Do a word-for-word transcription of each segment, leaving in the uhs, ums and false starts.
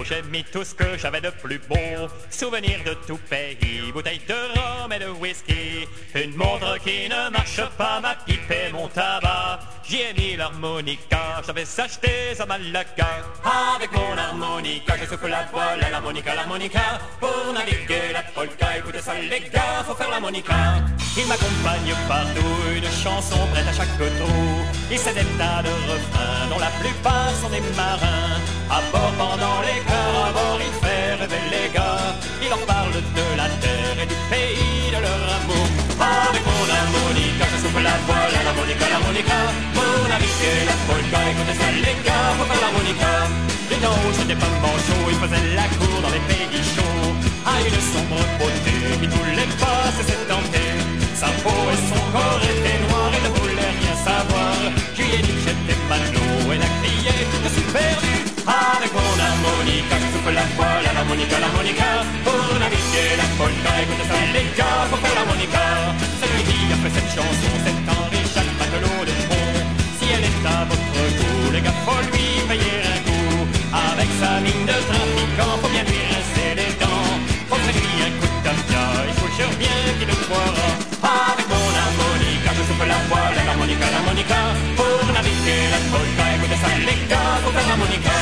matelot, j'ai mis tout ce que j'avais de plus beau. Souvenirs de tout pays, bouteilles de rhum et de whisky. Une montre qui ne marche pas, ma pipe et mon tabac. J'y ai mis l'harmonica, j'avais acheté à Malaga. Avec mon harmonica, je souffle la voile à l'harmonica, l'harmonica. Pour naviguer la polka, écoutez ça les gars, faut faire l'harmonica. Il m'accompagne partout, une chanson prête à chaque trou. Il sait des tas de refrains dont la plupart sont des marins. À bord pendant les chœurs, à bord il fait rêver les gars. Il leur parle de la terre et du pays de leur amour. Avec mon harmonica, je souffle la voile à l'harmonica, l'harmonica. Pour naviguer la polka, écoutez ça les gars, faut faire l'harmonica. Les temps où j'étais pas manchot, il faisait la cour dans les pays chauds. À une sombre beauté qui tous les pas s'est tenter. Sa peau et son corps étaient noirs et ne voulait rien savoir. Je lui ai dit que j'étais matelot, elle a crié, je suis perdu. Avec mon harmonica, je souffle la voile à l'harmonica, l'harmonica. Pour naviguer la polka, écoutez ça les gars, faut faire l'harmonica. Celui qui a fait cette chanson, c'est Henri Jacques Matelot de Pont. Si elle est à votre goût, les gars, faut lui payer un coup. Avec sa mine de trafiquant, faut bien lui rincer les dents. Faudrait lui un coup de tafia, il faut jure bien qu'il le croira. Avec mon harmonica, je souffle la voile à l'harmonica, l'harmonica. Pour naviguer la polka, écoutez ça les gars, faut faire l'harmonica.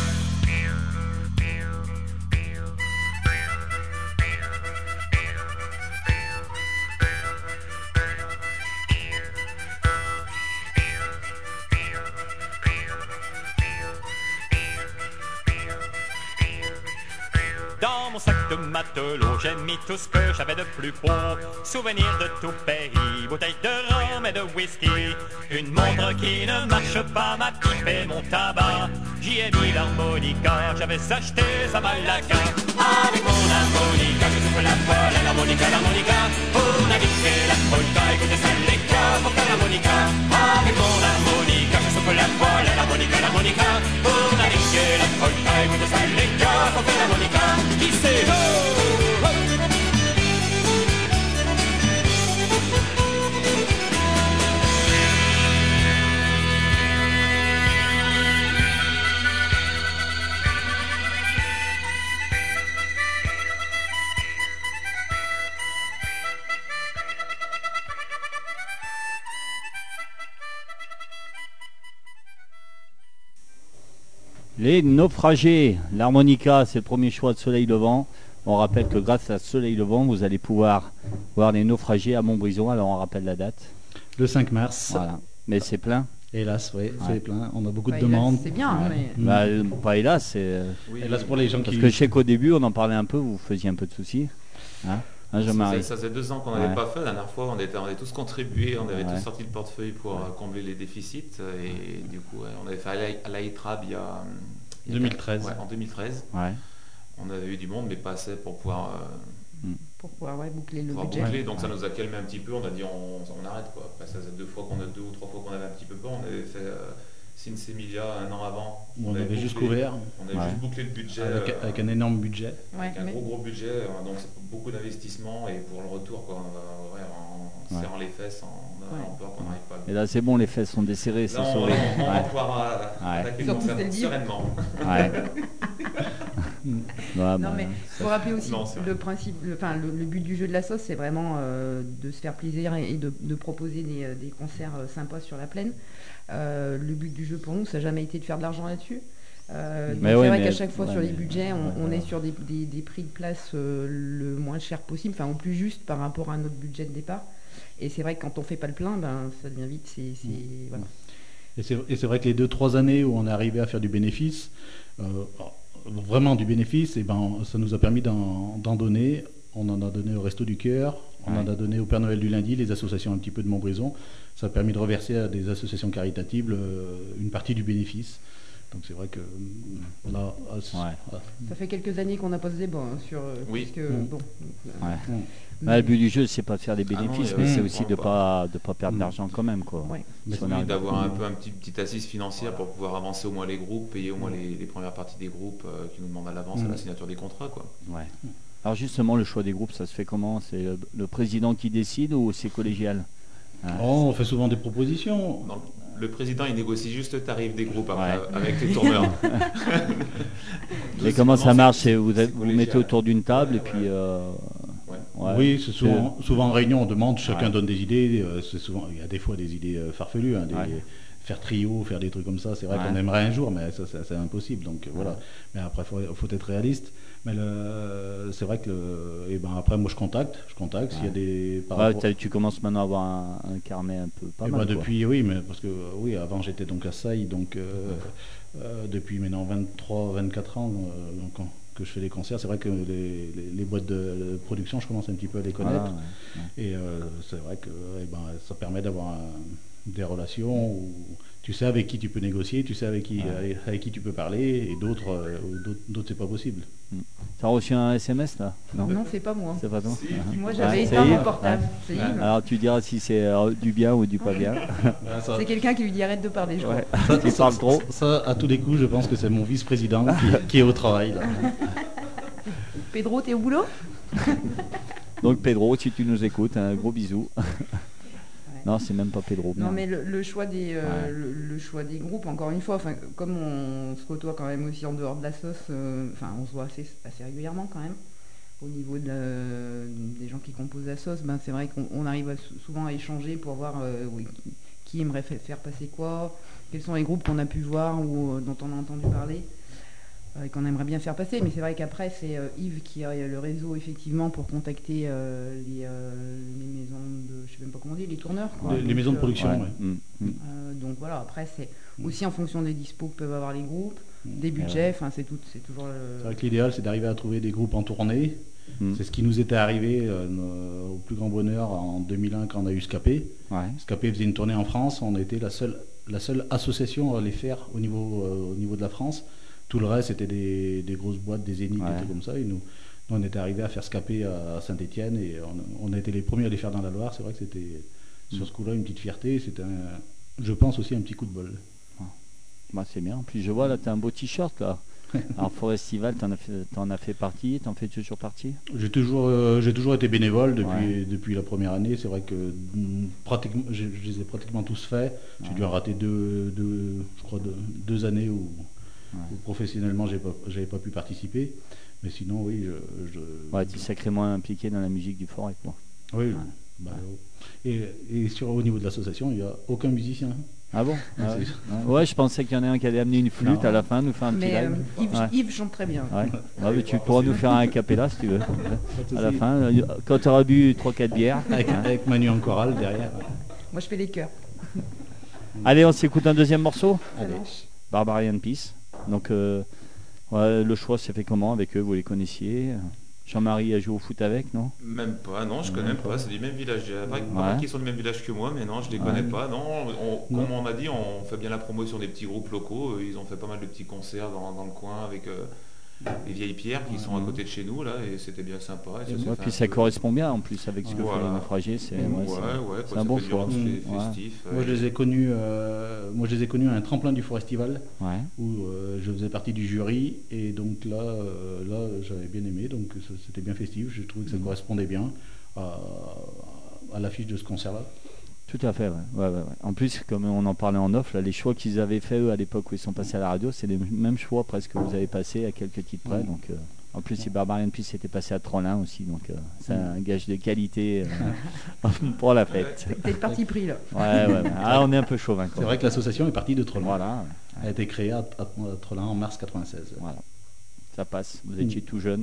Dans mon sac de matelot, j'ai mis tout ce que j'avais de plus beau. Souvenirs de tout pays, bouteilles de rhum et de whisky. Une montre qui ne marche pas, ma pipe et mon tabac. J'y ai mis l'harmonica, j'avais acheté à Malaga. Avec mon harmonica, je souffle la voile à l'harmonica, l'harmonica. Pour naviguer la polka, écoutez ça les gars, faut faire l'harmonica. Avec mon harmonica, je souffle la voile à l'harmonica, l'harmonica. Pour naviguer la polka, écoutez ça les gars, faut faire l'harmonica. Qui c'est oh, oh. Les naufragés, l'harmonica, c'est le premier choix de Soleil Levant. On rappelle que grâce à Soleil Levant, vous allez pouvoir voir les naufragés à Montbrison. Alors on rappelle la date. Le cinq mars. Voilà. Mais c'est plein. Hélas, oui, ouais. C'est plein. On a beaucoup bah, de demandes. C'est bien, ouais. mais... Bah, pas hélas, c'est... Oui, hélas pour les gens Parce qui... que je sais qu'au début, on en parlait un peu, vous faisiez un peu de soucis. Hein hein, ça, faisait, ça faisait deux ans qu'on n'avait ouais. pas fait. La dernière fois, on, était, on avait tous contribué, on avait ouais. tous sorti le portefeuille pour ouais. combler les déficits. Et du coup, ouais, on avait fait à l'A I T R A B il y a... deux mille treize. Ouais, en deux mille treize. Ouais. On avait eu du monde, mais pas assez pour pouvoir... Euh, pour pouvoir ouais, boucler le pouvoir budget. Boucler, donc ouais. ça nous a calmé un petit peu. On a dit on, on arrête quoi. Après ça faisait deux fois qu'on a deux ou trois fois qu'on avait un petit peu peur. On avait fait euh, Sins Emilia un an avant. On, on avait, avait bouclé, juste couvert. On avait ouais. juste bouclé le budget avec, euh, avec un énorme budget. Ouais, avec un mais... gros gros budget. Euh, donc c'est beaucoup d'investissement et pour le retour quoi. Euh, ouais, en ouais. serrant les fesses, en, ouais. en peur qu'on n'arrive pas. Et là c'est bon, les fesses sont desserrées, c'est sauvé. On, on, on ouais. va pouvoir ouais. attaquer le concert sereinement. Ouais. Ouais, non bah, mais faut rappeler aussi non, le principe, le, enfin le, le but du jeu de la sauce, c'est vraiment euh, de se faire plaisir et, et de, de proposer des, des concerts euh, sympas sur la plaine. Euh, le but du jeu pour nous, ça n'a jamais été de faire de l'argent là-dessus. Euh, c'est ouais, vrai mais, qu'à chaque fois ouais, sur mais, les budgets, on, ouais, on voilà. est sur des, des, des prix de place euh, le moins cher possible, enfin au plus juste par rapport à notre budget de départ. Et c'est vrai que quand on fait pas le plein, ben ça devient vite, c'est, c'est mmh. voilà. Et c'est, et c'est vrai que les deux trois années où on est arrivé à faire du bénéfice. Euh, vraiment du bénéfice, et ben, ça nous a permis d'en, d'en donner. On en a donné au Resto du Cœur, on ouais. en a donné au Père Noël du Lundi, les associations un petit peu de Montbrison. Ça a permis de reverser à des associations caritatives euh, une partie du bénéfice. Donc c'est vrai que là, ouais. ça fait quelques années qu'on a pas ce débat hein, sur oui. que, mmh. bon. Ouais. Mmh. Bah, le but du jeu, c'est pas de faire des bénéfices, ah non, mais mmh. c'est aussi de pas de pas perdre mmh. d'argent quand même, quoi. Ouais. Mais oui, d'avoir un peu un petit petite assise financière voilà. pour pouvoir avancer au moins les groupes, payer au moins les, les premières parties des groupes euh, qui nous demandent à l'avance mmh. à la signature des contrats, quoi. Ouais. Alors justement, le choix des groupes, ça se fait comment? C'est le, le président qui décide ou c'est collégial? Ah. Oh, on fait souvent des propositions. Dans le, le président, il négocie juste le tarif des groupes après, Ouais. avec les tourneurs. Mais comment ça marche? C'est vous, êtes- c'est vous collégial. mettez autour d'une table Ouais, et puis. ouais. euh, Ouais. ouais. Oui, c'est souvent, souvent en réunion, on demande, chacun Ouais. donne des idées. euh, C'est souvent, il y a des fois des idées euh, farfelues, hein, des- Ouais. faire trio, faire des trucs comme ça. C'est vrai Ouais. qu'on aimerait un jour, mais ça, ça, c'est impossible. Donc euh, voilà. Mais après, faut, faut être réaliste. Mais le- c'est vrai que, le, et ben après, moi, je contacte, je contacte s'il y a des. Par Ouais, rapport- t'as- tu commences maintenant à avoir un, un carnet un peu pas Eh mal. ben, quoi. depuis, oui, mais parce que euh, oui, avant j'étais donc à Saï, donc euh, euh, depuis maintenant vingt-trois, vingt-quatre ans euh, donc, quand- que je fais des concerts, c'est vrai que les, les- les boîtes de, de production, je commence un petit peu à les connaître. Voilà, ouais. Et euh, c'est vrai que eh ben, ça permet d'avoir un- des relations où tu sais avec qui tu peux négocier, tu sais avec qui, Ouais. avec, avec qui tu peux parler, et d'autres, euh, d'autres, d'autres, c'est pas possible. T'as reçu un S M S là? Non, Non, c'est pas moi. c'est pas toi. Si. Moi, Ouais, j'avais c'est éteint Yves. mon portable. Ouais. C'est Yves. Alors tu diras si c'est euh, du bien ou du pas bien. Ah, ça, C'est quelqu'un qui lui dit arrête de parler, je crois. Ouais. ça, Tu ça- parles trop. ça, à tous les coups, je pense que c'est mon vice-président qui, qui est au travail. Là. Pedro, t'es au boulot? Donc Pedro, si tu nous écoutes, un gros bisou. Non, c'est même pas Pedro. Non, merde. mais le, le choix des, euh, Ouais. le, le choix des groupes, encore une fois, enfin, comme on se côtoie quand même aussi en dehors de la sauce, euh, enfin, on se voit assez, assez régulièrement quand même. Au niveau de la- des gens qui composent la sauce, ben, c'est vrai qu'on on arrive à sou- souvent à échanger pour voir euh, oui, qui, qui aimerait fa- faire passer quoi, quels sont les groupes qu'on a pu voir ou euh, dont on a entendu parler euh, et qu'on aimerait bien faire passer. Mais c'est vrai qu'après, c'est euh, Yves qui a le réseau effectivement pour contacter euh, les, euh, les maisons de, je sais même pas comment on dit, les tourneurs. Quoi. Les- les Donc, maisons de euh, production. Ouais. Ouais. Mm, mm. euh, donc voilà, après c'est aussi en fonction des dispos que peuvent avoir les groupes, des Ouais. budgets, enfin c'est tout, c'est toujours C'est le... vrai que l'idéal, c'est d'arriver à trouver des groupes en tournée. Mm. C'est ce qui nous était arrivé euh, no- au plus grand bonheur en deux mille un quand on a eu Scapé. Ouais. Scapé faisait une tournée en France, on était la seule, la seule association à les faire au niveau, euh, au niveau de la France. Tout le reste, c'était des, des grosses boîtes, des Zéniths, Ouais. des trucs comme ça. Et nous, nous, on était arrivé à faire Scapé à Saint-Étienne et on, on a été les premiers à les faire dans la Loire. C'est vrai que c'était, sur ce coup-là, une petite fierté. C'était, un- je pense, aussi un petit coup de bol. Bah, c'est bien. En plus, je vois là, t'as un beau t-shirt là. Alors Forestival, t'en as fait, t'en as fait partie, t'en fais toujours partie. J'ai toujours, euh, j'ai toujours été bénévole depuis, Ouais. depuis la première année. C'est vrai que mm, pratiquement, je, je les ai pratiquement tous faits. J'ai Ouais. dû en rater deux, deux, je crois deux, deux années où, Ouais. où professionnellement j'ai pas, j'avais pas pu participer. Mais sinon, oui, je, je- Ouais, t'es sacrément impliqué dans la musique du Forêt, quoi. oui. Ouais. bah, et, et sur au niveau de l'association, il n'y a aucun musicien. Ah bon? Ah ouais. C'est- Ouais, je pensais qu'il y en a un qui allait amener une flûte Non. à la fin, nous faire un petit Mais euh, live. Yves, Ouais. Yves chante très bien. Ouais. Ouais, mais tu pourras nous faire un cappella si tu veux. Pas de À la souci. fin, euh, quand tu auras bu trois quatre bières. Avec, avec Manu en chorale derrière. Moi je fais les chœurs. Allez, on s'écoute un deuxième morceau. Ça Allez. marche. Barbarian Peace. Donc, euh, ouais, le choix s'est fait comment avec eux? Vous les connaissiez? Jean-Marie a joué au foot avec, non? Même pas, non, je Même connais même pas. pas, c'est du même village. Il y a pas pas Ouais. mal qui sont du même village que moi, mais non, je les Ouais. connais pas. Non, on- Non. comme on a dit, on fait bien la promotion des petits groupes locaux. Ils ont fait pas mal de petits concerts dans, dans le coin avec euh, les vieilles pierres qui sont à côté de chez nous, là, et c'était bien sympa. Et ça s'est Ouais, fait puis un ça peu- correspond bien en plus avec ce que Voilà. font les naufragés. C'est Ouais, ouais, ouais, c'est- quoi, c'est ça un bon fait du choix. rock Mmh. Ouais. festif. Moi, je euh, les ai connus, euh, moi, je les ai connus à un tremplin du Forestival. Ouais. Où euh, je faisais partie du jury et donc là, euh, là j'avais bien aimé, donc ça- c'était bien festif, j'ai trouvé que ça Mhm. correspondait bien à, à l'affiche de ce concert-là. Tout à fait, ouais. Ouais, ouais, ouais. En plus, comme on en parlait en off, là, les choix qu'ils avaient fait eux à l'époque où ils sont passés à la radio, c'est les mêmes choix presque que vous avez passés à quelques titres près. Mhm. Donc, euh, en plus, si Barbarian Peace était passé à Trollin aussi, donc euh, c'est un gage de qualité euh, pour la fête. T'es le parti pris là. Ouais, ouais, ouais. Ah, on est un peu chauvin. C'est vrai que l'association est partie de Trollin. Voilà, Elle a été créée à, à- à Trollin en mars quatre-vingt-seize. voilà. Ça passe. Vous étiez Mhm. tout jeune.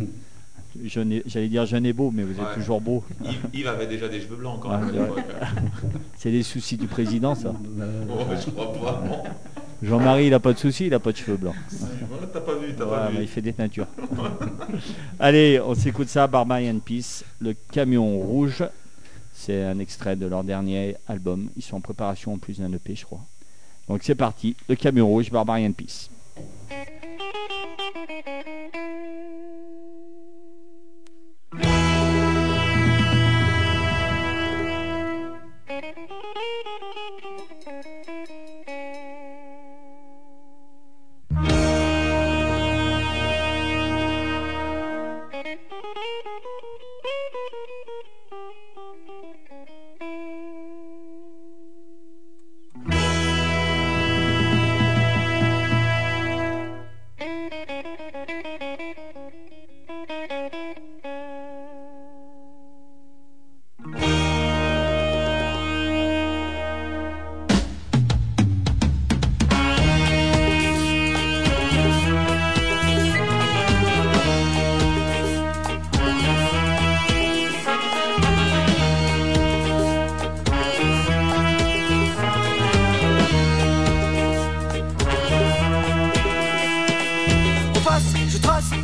Jeune et- J'allais dire jeune et beau, mais vous êtes Ouais. toujours beau. Yves, Yves avait déjà des cheveux blancs quand Ouais, même à ouais. l'époque. C'est les soucis du président, ça. Euh, Oh, je crois pas, non. Jean-Marie, il n'a pas de soucis, il n'a pas de cheveux blancs. Voilà, T'as pas vu, t'as Ouais, pas mais vu. il fait des teintures. Allez, on s'écoute ça, Barbarian Peace, le camion rouge. C'est un extrait de leur dernier album. Ils sont en préparation en plus d'un E P, je crois. Donc c'est parti, le camion rouge, Barbarian Peace. Thank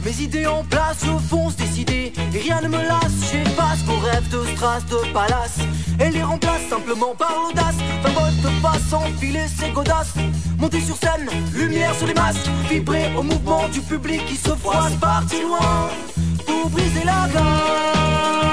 Mes idées en place, je fonce décidé et rien ne me lasse. J'efface vos rêves de strass, de palace et les remplace simplement par l'audace. D'un vote face, enfiler ses godasses. Monter sur scène, lumière sur les masques. Vibrer au mouvement du public qui se froisse. Parti loin pour briser la glace.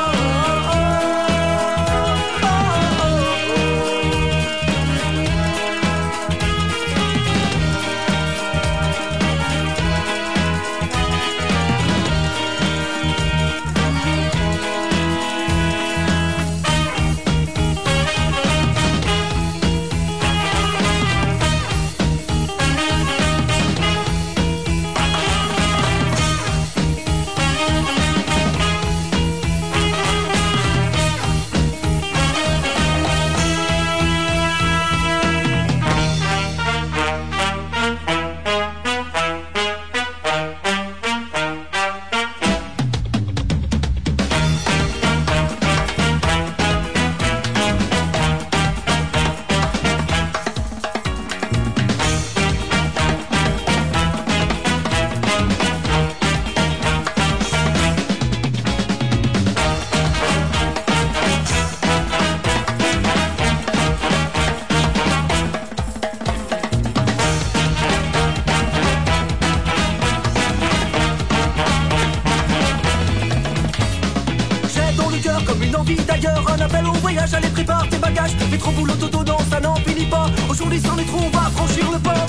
Allez, prépare tes bagages, métro, boulot, dodo, non, ça n'en finit pas. Aujourd'hui sans métro, on va franchir le pas.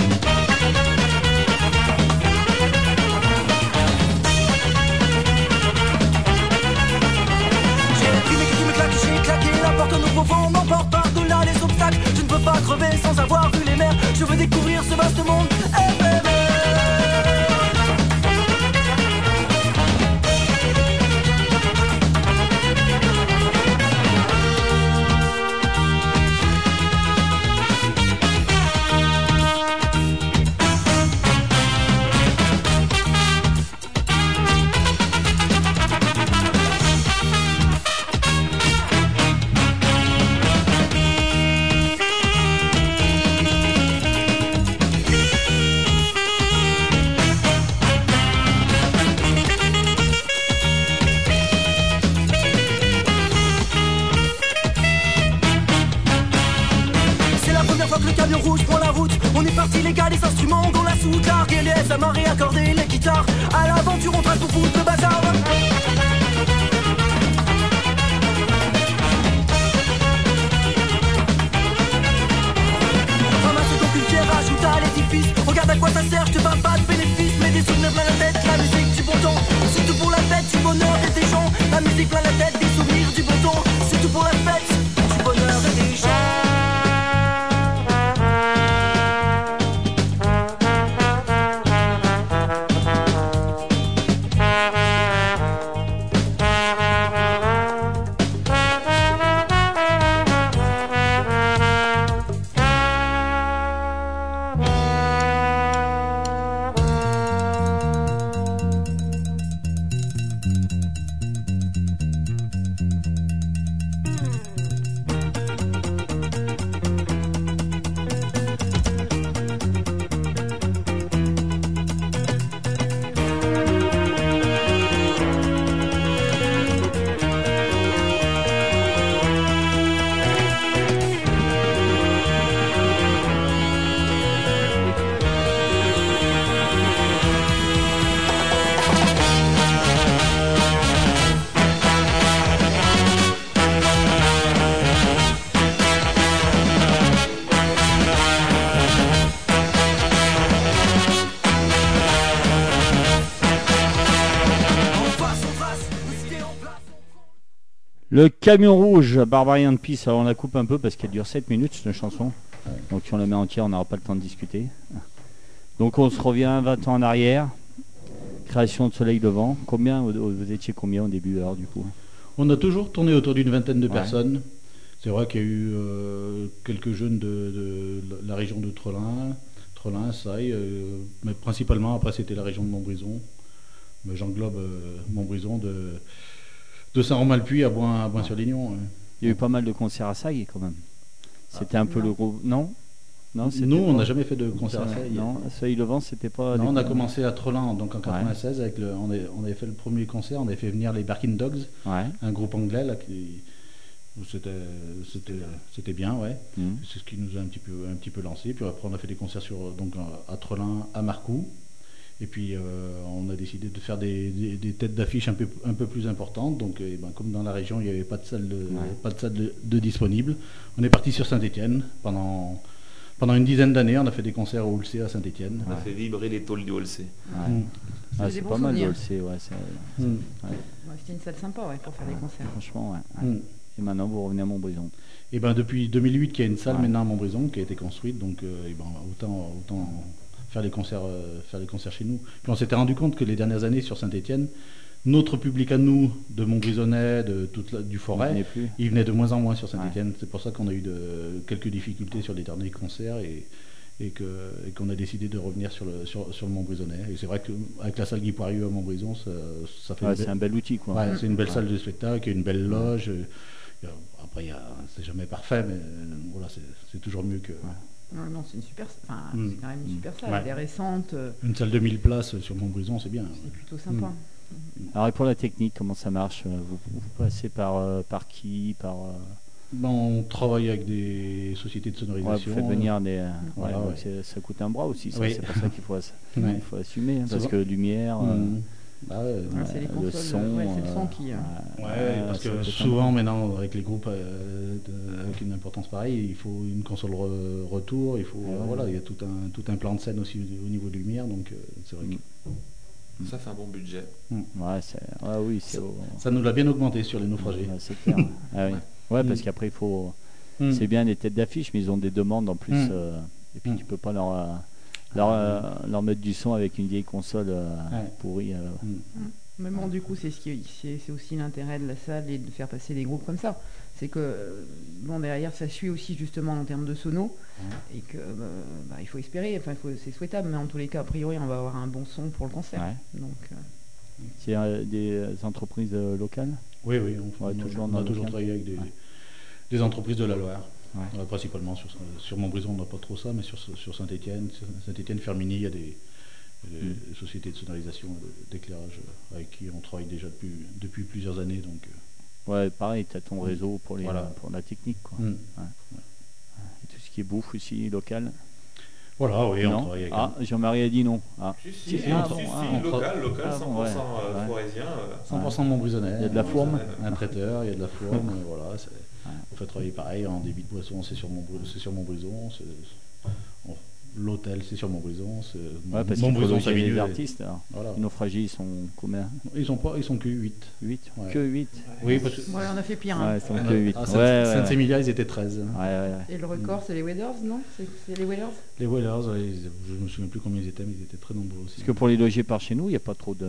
J'ai imprimé que tu me claques, j'ai claqué la porte, un nouveau vent m'emporte par-delà les obstacles. Je ne peux pas crever sans avoir vu les mers. Je veux découvrir ce vaste monde éphémère. Les instruments dans la soute, larguer les S, amarrer, accorder les guitares. À l'aventure, on trace pour foutre le bazar. Ramasse donc une pierre, ajoute à l'édifice. Regarde à quoi ça sert, je te bats pas de bénéfice. Mais des souvenirs plein la tête, la musique du bon temps. Surtout pour la fête, du bonheur et des gens. La musique plein la tête, des souvenirs du bon temps. Surtout pour la fête, du bonheur et des gens. Le Camion Rouge, Barbarian Peace. Alors on la coupe un peu parce qu'elle dure sept minutes cette chanson. Donc si on la met entière, on n'aura pas le temps de discuter. Donc on se revient vingt ans en arrière. Création de Soleil Levant. Combien vous, vous étiez combien au début alors du coup? On a toujours tourné autour d'une vingtaine de ouais. personnes. C'est vrai qu'il y a eu euh, quelques jeunes de, de, de la région de Trelin, Trelin, Saille, euh, mais principalement après c'était la région de Montbrison. Mais j'englobe euh, Montbrison de, de Saint-Romain-le-Puy à Boin, à Boin-sur-Lignon. Ouais. Il y a eu pas mal de concerts à Saille quand même. C'était ah, un peu non. le groupe. Non Non, c'était Nous, on pas- n'a jamais fait de concert à Ça, Seuil. non, à Seuil-le-Vent, c'était pas. Non, des- on a commencé à Trelin donc en quatre-vingt-seize avec le, on, avait, on avait fait le premier concert, on avait fait venir les Barking Dogs, Ouais. un groupe anglais là qui c'était c'était c'était bien, ouais. Mhm. C'est ce qui nous a un petit peu un petit peu lancé. Puis après on a fait des concerts sur donc à Trelin, à Marcoux. Et puis euh, on a décidé de faire des, des, des têtes d'affiche un peu un peu plus importantes. Donc eh ben, comme dans la région il n'y avait pas de salle de, Ouais. pas de salle de, de disponible, on est parti sur Saint-Étienne pendant pendant une dizaine d'années. On a fait des concerts au Ulcé à Saint-Étienne. On a fait vibrer les tôles du Holsey. Ouais. Mm. Ah, des c'est bons pas mal de souvenirs. le C, ouais, c'est- Mm. ouais, Ouais, c'était une salle sympa ouais, pour faire des concerts. franchement, ouais. ouais. Mm. Et maintenant, vous revenez à Montbrison. Et ben depuis deux mille huit qu'il y a une salle Ouais. maintenant à Montbrison qui a été construite, donc euh, et ben, autant, autant faire les concerts euh, faire les concerts chez nous. Puis on s'était rendu compte que les dernières années sur Saint-Étienne, notre public à nous de Montbrisonnais, de toute la- du Vous Forêt, venez plus. il venait de moins en moins sur Saint-Étienne. C'est pour ça qu'on a eu de, quelques difficultés sur les derniers concerts et et que et qu'on a décidé de revenir sur le sur, sur le Montbrisonnais. Et c'est vrai qu'avec la salle Guy Poirier à Montbrison, ça, ça fait Ouais, une c'est belle- un bel outil, quoi. Ouais, c'est une belle Ouais. salle de spectacle, une belle loge. euh, il y a- Après, il y a- c'est jamais parfait, mais euh, voilà, c'est c'est toujours mieux que Non, non, c'est une super, enfin, Mm. c'est quand même une Mm. super salle. Ouais. Elle est récente, euh, une salle de mille places sur Montbrison, c'est bien. c'est plutôt sympa. Alors, et pour la technique, comment ça marche? Vous, vous passez par, euh, par qui? Par, euh, Ben, on travaille avec des sociétés de ouais, sonorisation. vous faites venir des. euh, Voilà, ouais, donc ouais. c'est- ça coûte un bras aussi, ça. Oui. C'est pour ça qu'il faut, ass- Ouais. il faut assumer. hein, parce Souvent- que lumière. euh, Mm. Bah ouais, Ouais, c'est les le consoles, son. ouais, c'est le son euh, qui, euh, Ouais, ouais, parce ça que peut être souvent un- maintenant avec les groupes euh, de- avec une importance pareille, il faut une console re- retour, il faut Ouais, ouais. voilà, il y a tout un tout un plan de scène aussi au niveau de lumière, donc euh, c'est vrai Mm. que Ça fait un bon budget. Ouais, c'est- ouais, oui, c'est. au- ça nous l'a bien augmenté sur les naufragés. Ouais, c'est clair. Ah oui. Ouais, parce Mm. qu'après, il faut. Mm. C'est bien des têtes d'affiche, mais ils ont des demandes en plus. Mm. euh, et puis, Mm. tu peux pas leur, euh, leur, euh, leur mettre du son avec une vieille console euh, Ouais. pourrie. euh. Mm. Mais bon, du coup, c'est ce qui, c'est, c'est aussi l'intérêt de la salle et de faire passer des groupes comme ça. C'est que, euh, bon, derrière, ça suit aussi justement en termes de sono, et que, euh, bah, il faut espérer. Enfin, il faut, c'est souhaitable, mais en tous les cas, a priori, on va avoir un bon son pour le concert. Ouais. Donc, euh, C'est euh, des entreprises euh, locales. Oui, oui, on, Ouais, on- toujours on dans a le toujours local. travaillé avec des, Ouais. des entreprises de la Loire. Ouais. Voilà, principalement sur, sur Montbrison, on n'a pas trop ça, mais sur, sur Saint-Étienne, Saint-Étienne, Fermigny, il y a des, des- Mm. des sociétés de sonorisation, de- d'éclairage euh, avec qui on travaille déjà depuis, depuis plusieurs années. Donc, Ouais, pareil, tu as ton réseau pour, les, Voilà. pour la technique. Quoi. euh, mm. Et tout ce qui est bouffe aussi, local. Voilà, oui, on non travaille avec. Ah, Jean-Marie a dit non. Ah. Si, Si, si, si, si, on si, tra- si, ah, on local, local, ah, cent bon, pour ouais, cent euh, ouais. forésien. euh, cent pour cent Montbrisonnais. Il y a de la fourme. Un traiteur, il y a de la fourme, euh, voilà. c'est- On fait travailler pareil en débit de boisson, c'est sur, Montbr- c'est sur Montbrison. c'est- on- L'hôtel, c'est sur Montbrison. c'est- Ouais, parce qu'il faut Montbrison, loger les Savigny, artistes. Alors. Voilà. Les naufragés, ils sont combien Ils sont pas, ils sont que huit. huit Ouais. Que huit Oui, parce que ouais, on a fait pire. hein. Ouais, ils sont que huit. à Ouais, Saint- ouais, ouais. Saint-Émilia, ils étaient treize. Ouais, ouais, ouais. Et le record, c'est les Waders, non c'est, c'est les Waders Les Whalers, ouais, ils- je me souviens plus combien ils étaient, mais ils étaient très nombreux aussi. Parce que pour les loger par chez nous, il n'y a pas trop de.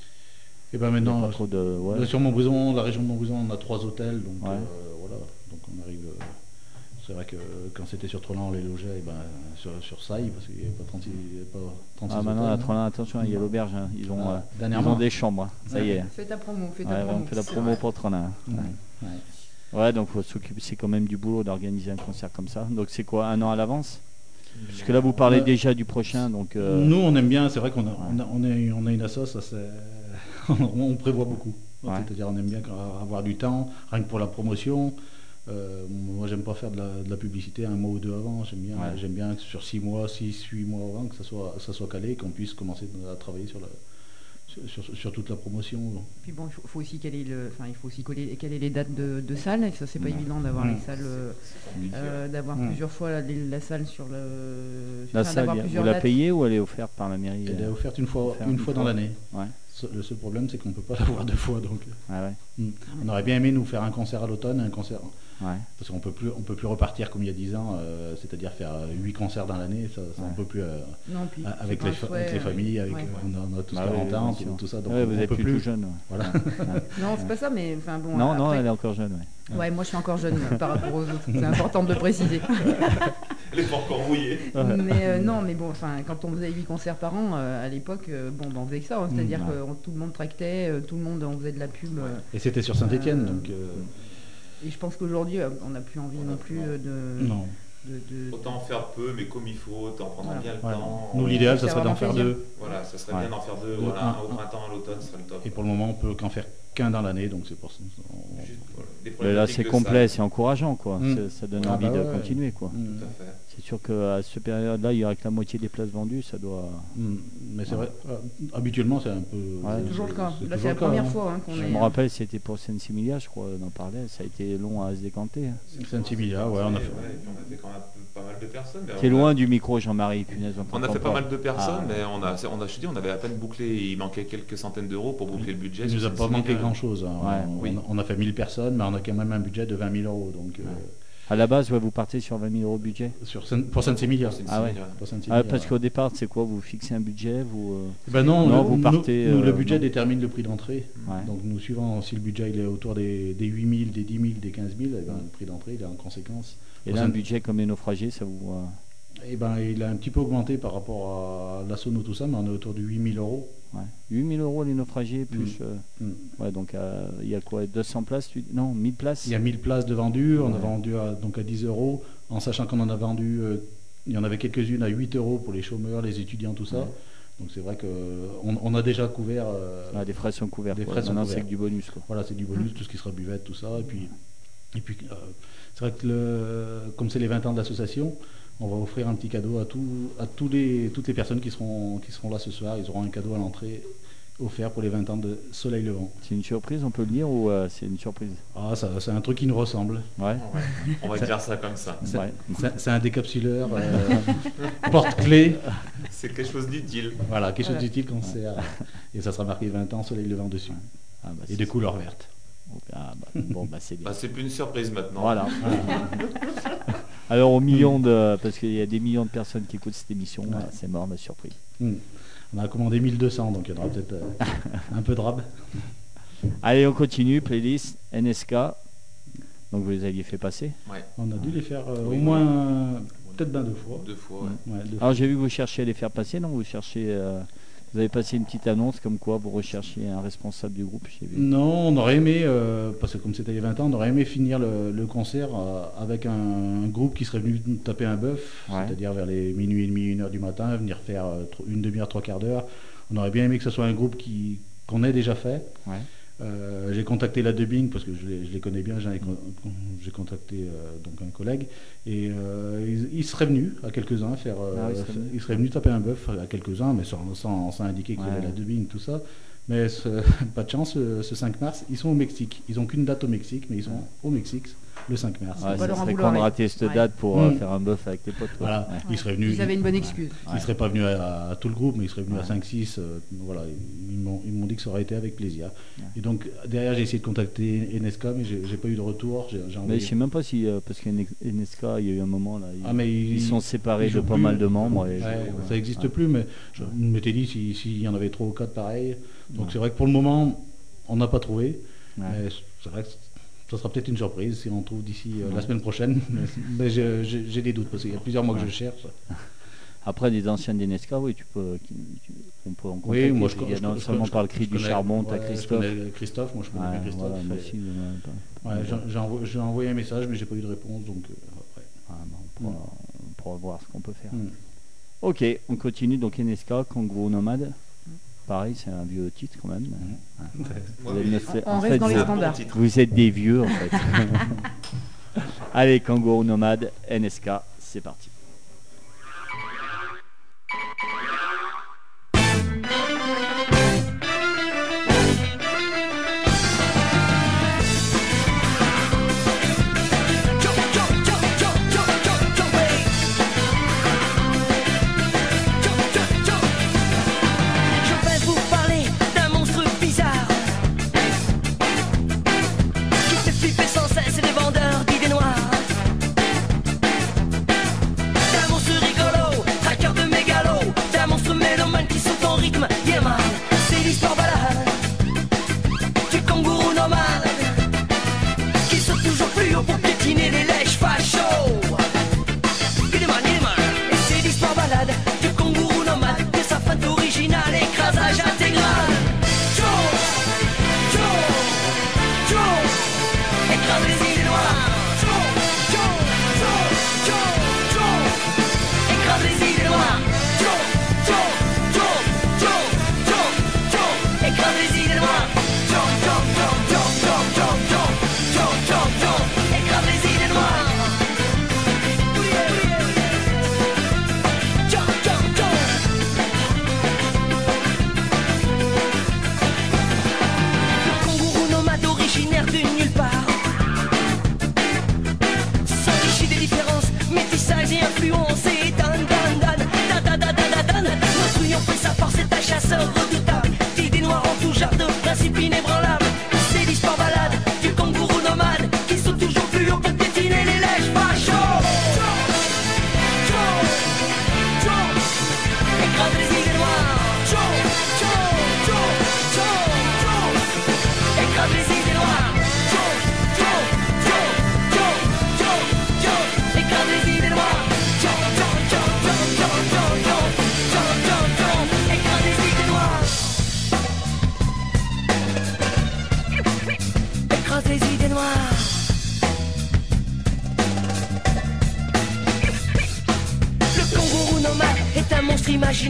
Et ben il y a maintenant, pas trop de. Ouais. là, sur Montbrison, la région de Montbrison, on a trois hôtels, donc Ouais. euh, voilà, donc on arrive. euh, c'est vrai que quand c'était sur Trelin, on les logeait, et ben, sur, sur Sailles, parce qu'il n'y avait pas trente-six, il y avait pas trente-six Ah, maintenant, à hôtels. Trelin, attention, il y a l'auberge. hein. Ils, ont, Ah, euh, ils dernièrement. ont des chambres. hein. Ça y est. Fais ta promo, fais ta Ouais, promo. on fait la promo pour Trelin. Ouais. Ouais. Ouais. Ouais, donc faut s'occuper, c'est quand même du boulot d'organiser un concert comme ça. Donc c'est quoi, un an à l'avance? Parce que là vous parlez Ouais. déjà du prochain, donc. euh, Nous, on aime bien, c'est vrai qu'on a, on a, on a, on a une assoce, ça, c'est- on prévoit beaucoup. Ouais. C'est-à-dire, on aime bien avoir du temps, rien que pour la promotion. Euh, moi, j'aime pas faire de la, de la publicité un mois ou deux avant. J'aime bien, Ouais. j'aime bien que sur six mois, six, huit mois avant, que ça soit, ça soit calé, qu'on puisse commencer à travailler sur la, sur, sur, sur toute la promotion. Puis bon, il faut, faut aussi caler le, enfin, il faut aussi coller, caler les dates de, de salles. Et ça, c'est pas Ouais. évident d'avoir Mm. les salles, euh, euh, d'avoir Mm. plusieurs fois la, la salle sur le. La enfin, salle, d'avoir vous plusieurs la dates. payez ou elle est offerte par la mairie? Elle est euh offerte une fois, Offerte une une fois fois. dans l'année. Ouais. Le seul problème, c'est qu'on ne peut pas l'avoir deux fois. Donc, Ah ouais. mm. On aurait bien aimé nous faire un concert à l'automne, un concert. Ouais. Parce qu'on peut plus, on peut plus repartir comme il y a dix ans, euh, c'est-à-dire faire huit concerts dans l'année, ça, ça Ouais. on peut plus. euh, Non, puis avec, c'est les, pas fa- un souhait, avec les euh, familles, avec, ouais. on, a, on a tous Bah oui, quarante ans, bien tout, sûr. tout ça, donc Ouais, on, vous on êtes peut plus plus. tout jeune. ouais. Voilà. Non, c'est pas ça, mais enfin bon. Non, non, après- elle est encore jeune. Ouais. Ouais, moi je suis encore jeune par rapport aux autres. C'est important de le préciser. Elle est pas encore rouillée. mais euh, non, mais bon, enfin, quand on faisait huit concerts par an, euh, à l'époque, euh, bon, ben, on faisait que ça. hein. C'est-à-dire Mm, que ouais. on- tout le monde tractait, euh, tout le monde, on faisait de la pub. euh, Et c'était sur Saint-Étienne, Euh, donc. euh, et je pense qu'aujourd'hui, euh, on n'a plus envie non plus euh, de. non. de, de- Autant en faire peu, mais comme il faut, t'en prendre Voilà. bien le Ouais. temps. Nous, l'idéal, ça faire serait d'en vraiment faire plaisir. deux. Voilà, ça serait Ouais. bien d'en faire deux. Deux, Voilà, un, un au un. printemps, à l'automne, ce serait le top. Et pour le moment, on peut qu'en faire qu'un dans l'année, donc c'est pour ça. on- Juste, voilà, des Mais là, problématiques c'est de complet, salle. c'est encourageant, quoi. Mm. C'est- Ça donne Ah envie bah de ouais. continuer, quoi. Mm. Tout à fait. C'est sûr qu'à cette période-là, il y aurait que la moitié des places vendues, ça doit. Mm. Mais c'est vrai, euh, habituellement, c'est un peu. Ouais. C'est toujours le cas. c'est Là, toujours c'est la le cas, première hein. fois hein, qu'on Je est. me rappelle, c'était pour Sensimilia, je crois, on en parlait. Ça a été long à se décanter. Saint-Similia, ouais, on a fait. Ouais, et puis on a fait quand même pas mal de personnes. mais T'es on a- loin du micro, Jean-Marie, punaise. On a t'entend fait pas mal de personnes, Ah. mais on a, on a, je te dis, on avait à peine bouclé. Il manquait quelques centaines d'euros pour boucler le budget. Il sur nous a cette pas manqué semaine. grand-chose. hein. Ouais. On, Oui. on a fait mille personnes, mais on a quand même un budget de vingt mille euros. Donc, euh, À la base, ouais, vous partez sur vingt mille euros de budget. sur Saint- pour Saint-Similia. C'est une Ah ouais. semaine, Pour Ah, Saint-Similia. parce qu'au départ, c'est quoi? Vous fixez un budget vous, euh, Ben non, Non, nous- vous nous- partez, Nous, euh, le budget non. détermine le prix d'entrée. Ouais. Donc nous suivons si le budget il est autour des, des huit mille, des dix mille, des quinze mille, eh ben, le prix d'entrée il est en conséquence. Et Pour là, un Saint- budget comme les naufragés, ça vous. euh, Eh ben, il a un petit peu augmenté par rapport à la Sono, tout ça, mais on est autour de huit mille euros. ouais. huit mille euros les naufragés, plus. Mm. euh, Mm. Ouais, donc euh, il y a quoi? deux cents places tu- Non, mille places. Il y a mille places de vendues, on a Ouais. vendu à, donc à dix euros, en sachant qu'on en a vendu, euh, il y en avait quelques-unes à huit euros pour les chômeurs, les étudiants, tout ça. Ouais. Donc c'est vrai qu'on on a déjà couvert, euh, Ah, les frais sont couverts. Les quoi. frais sont Maintenant, c'est couverts. que du bonus. Quoi. voilà, c'est du bonus, tout ce qui sera buvette, tout ça. Et puis, et puis euh, c'est vrai que le, comme c'est les vingt ans de l'association, on va offrir un petit cadeau à, tout, à tous les, toutes les personnes qui seront, qui seront là ce soir. Ils auront un cadeau à l'entrée offert pour les vingt ans de Soleil Levant. C'est une surprise, on peut le dire, ou euh, c'est une surprise? Ah, ça, c'est un truc qui nous ressemble. Ouais. Ouais. On va dire ça comme ça. C'est Ouais. c'est- c'est un décapsuleur, euh, porte-clés, C'est quelque chose d'utile. voilà, quelque chose Voilà. d'utile qu'on sert. Et ça sera marqué vingt ans Soleil Levant dessus. Ah, bah, Et c'est- de couleur verte. Ah, bah, bon, bah c'est bien. Bah, c'est plus une surprise maintenant. Voilà. Alors, aux millions de. Parce qu'il y a des millions de personnes qui écoutent cette émission, Ouais. bah, c'est mort, la surprise. Hmm. On a commandé mille deux cents, donc il y en aura peut-être euh, un peu de rab. Allez, on continue. Playlist N S K. Donc, vous les aviez fait passer. Ouais. On a dû les faire euh, Oui. au moins, peut-être ben deux fois. Deux fois, ouais. Ouais, deux Alors, j'ai vu que vous cherchiez à les faire passer, non? Vous cherchez. euh, Vous avez passé une petite annonce comme quoi vous recherchiez un responsable du groupe, j'ai vu. Non, on aurait aimé, euh, parce que comme c'était il y a vingt ans, on aurait aimé finir le, le concert euh, avec un, un groupe qui serait venu nous taper un bœuf, Ouais. c'est-à-dire vers les minuit et demi, une heure du matin, venir faire euh, tro- une demi-heure, trois quarts d'heure. On aurait bien aimé que ce soit un groupe qui, qu'on ait déjà fait. Ouais. Euh, j'ai contacté la Dubbing parce que je les, je les connais bien, j'en ai con- j'ai contacté euh, donc un collègue et euh, ils, ils seraient venus à quelques-uns faire, euh, Ah, ils seraient fa- venus. ils seraient venus taper un bœuf à quelques-uns, mais sans, sans, sans indiquer qu'il y Ouais. avait la Dubbing, tout ça. Mais ce- pas de chance, ce, ce cinq mars, ils sont au Mexique. Ils n'ont qu'une date au Mexique, mais ils sont au Mexique le cinq mars. Ouais, va ça leur en serait vouloir, con de ouais. rater cette Ouais. date pour euh, Mm. faire un bœuf avec tes potes. Quoi. Voilà, Ouais. ils seraient venus. Ils avaient une bonne excuse. Ils ne seraient pas venus à, à tout le groupe, mais ils seraient venus Ouais. à cinq six. euh, voilà, ils m'ont, ils m'ont dit que ça aurait été avec plaisir. Ouais. Et donc, derrière, j'ai essayé de contacter N S K, mais j'ai, j'ai pas eu de retour. J'ai, j'ai Mais envoyé- je sais même pas si. euh, parce qu'N S K, il y a eu un moment là. Ils, Ah, mais ils ils- sont séparés ils de jouent pas plus. mal de membres. Et, Ouais, ouais. ça n'existe Ouais. plus, mais je m'étais dit si- s'il y en avait trois ou quatre pareils. Donc Ouais. c'est vrai que pour le moment, on n'a pas trouvé. Ouais. Mais c'est vrai que ça sera peut-être une surprise si on trouve d'ici euh, Ouais. la semaine prochaine. mais mais j'ai, j'ai- j'ai des doutes parce qu'il y a plusieurs mois que Ouais. je cherche. Après, des anciens d'N S K, oui, tu peux. qui- tu- on peut en contacter. Oui, moi je Il y a je- non je- seulement je- par le je cri du connais- charbon, t'as ouais, Christophe. Je connais Christophe, moi je connais Ouais, bien Christophe. voilà, moi et- aussi, euh, ouais, j'ai, j'ai envo- j'ai envoyé un message, mais j'ai pas eu de réponse. Donc, euh, ouais. Ah, bah, on, pourra, on pourra voir ce qu'on peut faire. Hmm. Ok, on continue. Donc N S K, Kangourou Nomade. Pareil, c'est un vieux titre quand même. Mhm. Vous Ouais, êtes oui. neuf- On en reste fait, dans les vous- standards. titre. Vous êtes des vieux en fait. Allez, Kangourou Nomade, N S K, c'est parti. Je vais vous parler d'un monstre bizarre qui fait flipper sans cesse les vendeurs d'idées noires.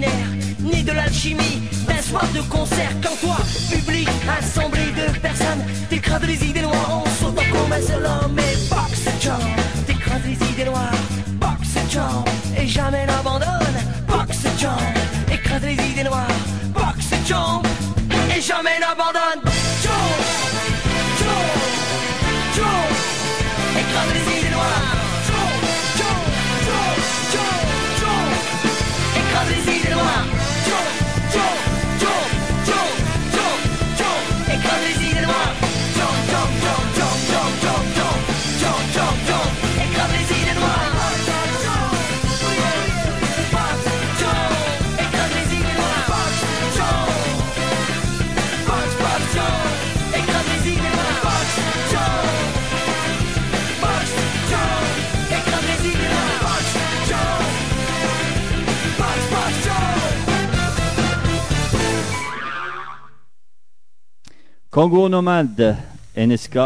extraordinaire, né de l'alchimie, d'un soir de concert. Quand toi, public, assemblée de personnes, t'écrases les idées noires en sautant comme un seul homme. Et boxe jump, t'écrases les idées noires, boxe jump, et jamais n'abandonne. Boxe jump, écrase les idées noires, boxe jump, et jamais n'abandonne. Jump, jump, jump, écrase les idées noires. Jump, jump, jump, jump, jump, écrase les idées noires. Jump, jump, jump, jump, jump, jump, écrase les idées noires. Jump, jump, jump, jump, jump, jump, jump, jump, jump, jump, écrase les idées noires. Kangourou Nomade, N S K,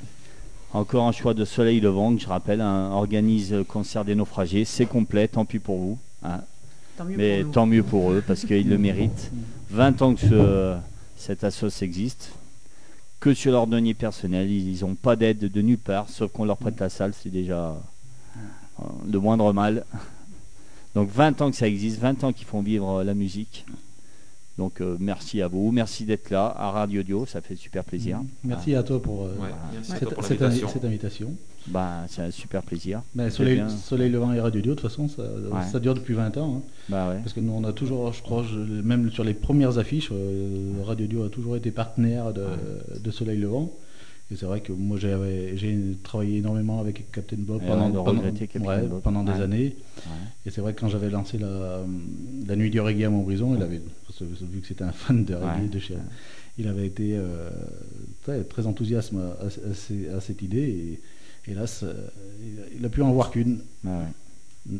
encore un choix de Soleil Levant, que je rappelle, hein, organise le concert des naufragés, c'est complet, tant pis pour vous, hein. Tant mieux Mais pour nous. tant mieux pour eux, parce qu'ils le méritent. vingt ans que ce, cette assoce existe, que sur leur denier personnel, ils n'ont pas d'aide de nulle part, sauf qu'on leur prête la salle, c'est déjà euh, le moindre mal. Donc vingt ans que ça existe, vingt ans qu'ils font vivre la musique. Donc euh, merci à vous, merci d'être là à Radio Dio, ça fait super plaisir. Merci à toi pour euh, Ouais, merci à cette, toi pour cette l'invitation. invi- cette invitation. Bah, c'est un super plaisir. Ben, C'est Soleil, bien. Soleil Levant et Radio Dio, de toute façon, ça, ça dure depuis vingt ans. Hein. Bah ouais. Parce que nous, on a toujours, je crois, je- même sur les premières affiches, euh, Radio Dio a toujours été partenaire de, de Soleil Levant. Et c'est vrai que moi, j'avais, j'ai travaillé énormément avec Captain Bob Et pendant, ouais, de pendant, regretter Captain ouais, Bob. pendant des Ouais. années. Ouais. Et c'est vrai que quand j'avais lancé la, la nuit du reggae à Montbrison, il avait, parce que- vu que c'était un fan de reggae Ouais. de chez, il avait été euh, très, très enthousiaste à, à, à ces- à cette idée. Et hélas, euh, il, a- il a pu en voir qu'une. Bah ouais. Mm.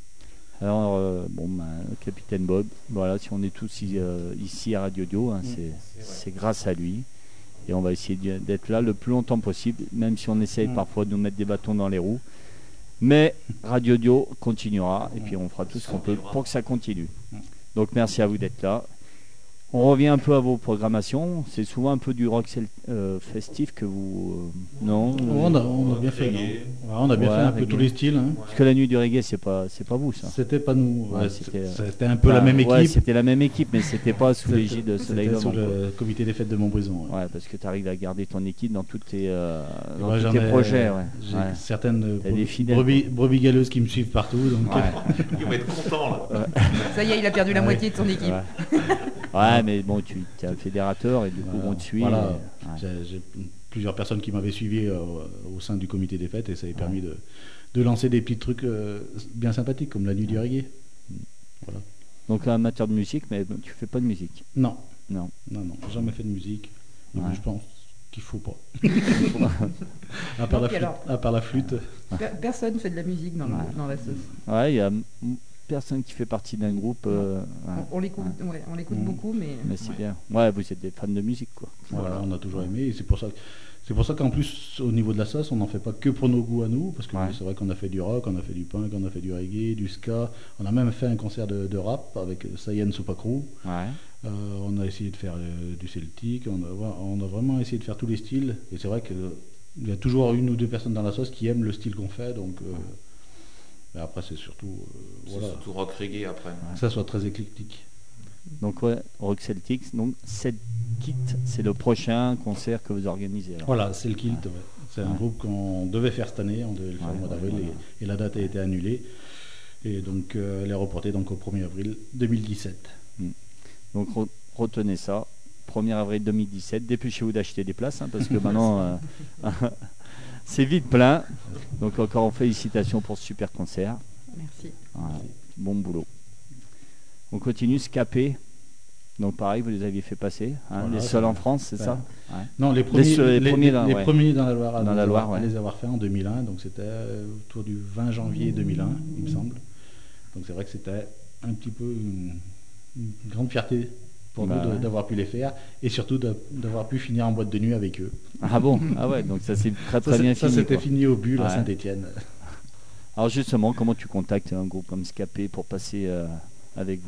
Alors, euh, bon, bah, Capitaine Bob, voilà, si on est tous i- euh, ici à Radio Dio, hein, Mm. c'est, c'est grâce à lui. Et on va essayer d'y- d'être là le plus longtemps possible, même si on essaye Mm. parfois de nous mettre des bâtons dans les roues. Mais Radio Dio continuera et puis on fera tout ce qu'on peut pour que ça continue. Mm. Donc merci à vous d'être là. On revient un peu à vos programmations. C'est souvent un peu du rock cel- euh, festif que vous... euh, non On a, on a bien fait, non Reggae. Ouais, on a bien Ouais, fait un peu reggae. tous les styles. Hein. Parce que la nuit du reggae, c'est pas, c'est pas vous ça. C'était pas nous. Ouais, Ouais, c'était, c'était, euh, c'était un peu la Bah, même ouais, équipe. c'était la même équipe, mais c'était pas sous C'était- l'égide de Soleil C'était Levant. sous le comité des fêtes de Montbrison. Ouais. Ouais, parce que tu arrives à garder ton équipe dans toutes tes, euh, Et dans moi, tous j'en tes ai- projets. Ouais. J'ai Ouais. certaines euh, T'as des brebis, fidèles, brebis, brebis galeuses qui me suivent partout. Donc, Ouais. Ils vont être contents là. Ça y est, il a perdu la Ouais. moitié de son équipe. Ouais. Ouais, mais bon, tu es un fédérateur et du coup, Voilà. on te suit. Voilà. et- ouais. J'ai, j'ai plusieurs personnes qui m'avaient suivi euh, au sein du comité des fêtes et ça a permis de, de lancer des petits trucs euh, bien sympathiques comme la nuit du reggae. Voilà. Donc, amateur de musique, mais tu fais pas de musique. Non, Non. non, non, jamais fait de musique. Et Ouais. je pense qu'il faut pas. à, part Non, la puis flûte, alors- à part la flûte. Per- Personne fait de la musique dans, le- Ouais. dans la sauce. Ouais, il y a m- personne qui fait partie d'un groupe. euh, ouais. On, on l'écoute, ouais, on l'écoute Mm. beaucoup, mais Mais c'est bien. Ouais, vous êtes des fans de musique, quoi. Voilà, on a toujours aimé et c'est pour ça que- c'est pour ça qu'en plus au niveau de la sauce on n'en fait pas que pour nos goûts à nous parce que Ouais. c'est vrai qu'on a fait du rock, on a fait du punk, on a fait du reggae, du ska, on a même fait un concert de, de rap avec Sayen Supakru. Ouais. Euh, on a essayé de faire euh, du celtique, on a, on a vraiment essayé de faire tous les styles et c'est vrai qu'il y a toujours une ou deux personnes dans la sauce qui aiment le style qu'on fait donc euh, mais après c'est surtout euh, C'est voilà, surtout rock reggae après. que ça soit très éclectique. Donc, ouais, Rock Celtics. Donc, Celtic, c'est le prochain concert que vous organisez. alors. Voilà, c'est le Kilt. Ouais. C'est un Ouais. groupe qu'on devait faire cette année, on devait le faire Ouais, au mois ouais, d'avril voilà. et, et la date a été annulée. Et donc euh, elle est reportée donc au premier avril deux mille dix-sept. Donc re- retenez ça, premier avril deux mille dix-sept, dépêchez-vous d'acheter des places, hein, parce que maintenant euh, c'est vite plein. Donc encore félicitations pour ce super concert. merci. Voilà, bon boulot. On continue, Scapé. Donc pareil, vous les aviez fait passer, hein, Voilà, les ça seuls en va. France, c'est Ouais. ça Ouais. Non, les premiers, seuls- les les, premiers les- dans- les ouais. premiers dans la Loire, à Dans les la avoir- Loire, ouais. à les avoir fait en deux mille un, donc c'était euh, autour du vingt janvier deux mille un, il me semble. Donc c'est vrai que c'était un petit peu une, une grande fierté pour Bah nous de- ouais. d'avoir pu les faire et surtout de- d'avoir pu finir en boîte de nuit avec eux. Ah bon Ah ouais, donc ça c'est très très Ça, bien c'est- ça, fini. c'était quoi. fini au Bulle à Ouais. Saint-Étienne. Alors justement, comment tu contactes un groupe comme Scapé pour passer euh, avec vous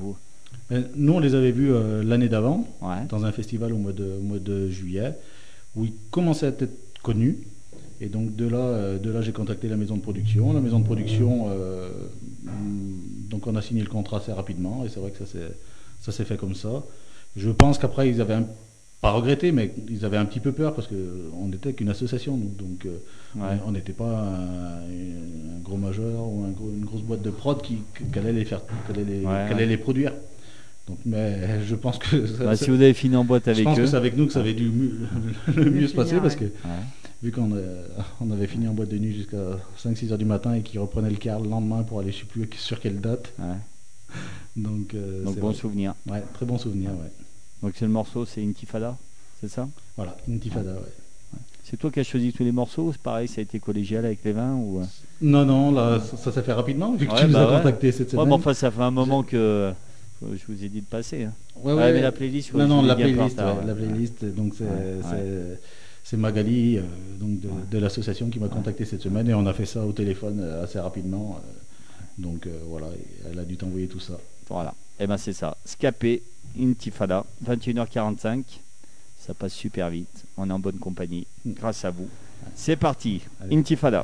Euh, Nous, on les avait vus euh, l'année d'avant, Ouais. dans un festival au mois de, au mois de juillet, où ils commençaient à être connus. Et donc de là, euh, de là j'ai contacté la maison de production. La maison de production, euh, mm, donc on a signé le contrat assez rapidement, et c'est vrai que ça s'est, ça s'est fait comme ça. Je pense qu'après, ils avaient un, pas regretté, mais ils avaient un petit peu peur, parce qu'on n'était qu'une association, nous. Donc euh, Ouais. on n'était pas un, un gros majeur ou un gros- une grosse boîte de prod qui, qui allait les faire, qui allait les, Ouais, qui allait ouais. les produire. Donc, mais je pense que ça- Bah, ça- si vous avez fini en boîte je avec pense eux. que c'est avec nous que ça avait dû mu- le mieux se passer, finir, parce ouais. que Ouais. vu qu'on a- on avait fini en boîte de nuit jusqu'à cinq six heures du matin et qu'ils reprenaient le car le lendemain pour aller je sais plus sur quelle date. Ouais. Donc, euh, Donc c'est bon vrai. souvenir. Ouais, très bon souvenir, ouais. Donc c'est le morceau, c'est Intifada, c'est ça? Voilà, Intifada, ouais. C'est toi qui as choisi tous les morceaux? C'est pareil, ça a été collégial avec les vins ou... euh Non, non, là, ça, ça s'est fait rapidement, vu que Ouais, tu nous bah as ouais. contacté cette Ouais, semaine. mais enfin, ça fait un moment que euh, je vous ai dit de passer. Hein. Ouais, Ouais, ouais. mais la playlist, Non, je non, vous l'ai la dit un peu en playlist, retard, ouais, ouais. la playlist, donc c'est, Ouais, c'est, ouais. c'est Magali, euh, donc de, Ouais. de l'association qui m'a contacté cette semaine, et on a fait ça au téléphone euh, assez rapidement. euh, donc euh, voilà, elle a dû t'envoyer tout ça. Voilà. Et ben c'est ça. Scapé, Intifada, vingt et une heures quarante-cinq. Ça passe super vite. On est en bonne compagnie. Grâce à vous. C'est parti. Allez. Intifada.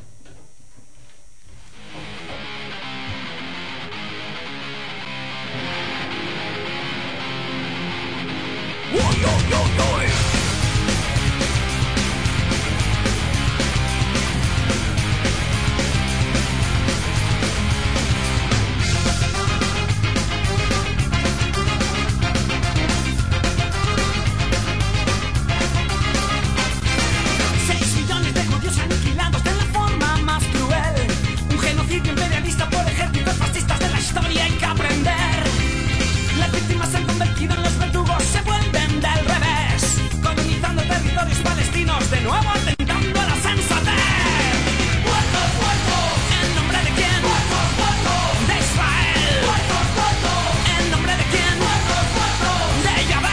Seis millones de judíos aniquilados de la forma más cruel. Un genocidio imperialista por ejércitos fascistas de la historia hay que aprender. Las víctimas se han convertido en los verdugos, se vuelven del revés. Colonizando territorios palestinos, de nuevo atentando a la sensatez. ¡Muertos, muertos! ¿En nombre de quién? ¡Muertos, muertos! De Israel. ¡Muertos, muertos! ¿En nombre de quién? ¡Muertos, muertos! De Yahvé.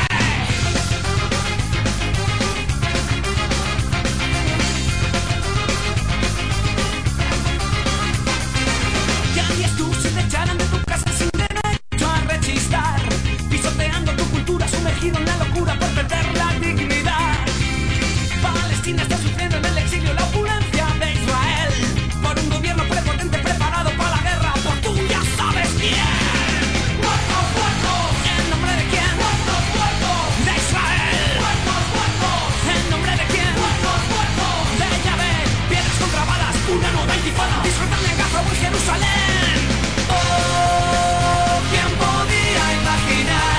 ¿Qué harías tú si te echaran de tu casa sin derecho a rechistar? Pisoteando tu cultura, sumergido en la locura por perder la dignidad. Palestina está sufriendo en el exilio la opulencia de Israel por un gobierno prepotente preparado para la guerra, por tú ya sabes quién. ¡Muertos, muertos! ¿En nombre de quién? ¡Muertos, muertos! De Israel. ¡Muertos, muertos! ¿En nombre de quién? ¡Muertos, muertos! De Yahvé. Piedras contra balas, una nueva intifada. Disfrutando en Gaza o en Jerusalén. Oh, ¿quién podía imaginar?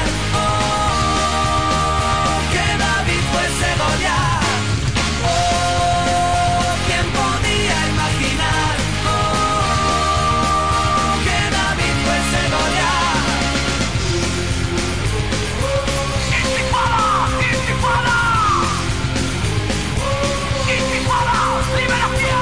Oh, que David fuese Goliat. Oh, ¿quién podía imaginar? Oh, que David fuese Goliat. ¡Intifada! ¡Intifada! ¡Intifada! ¡Liberación!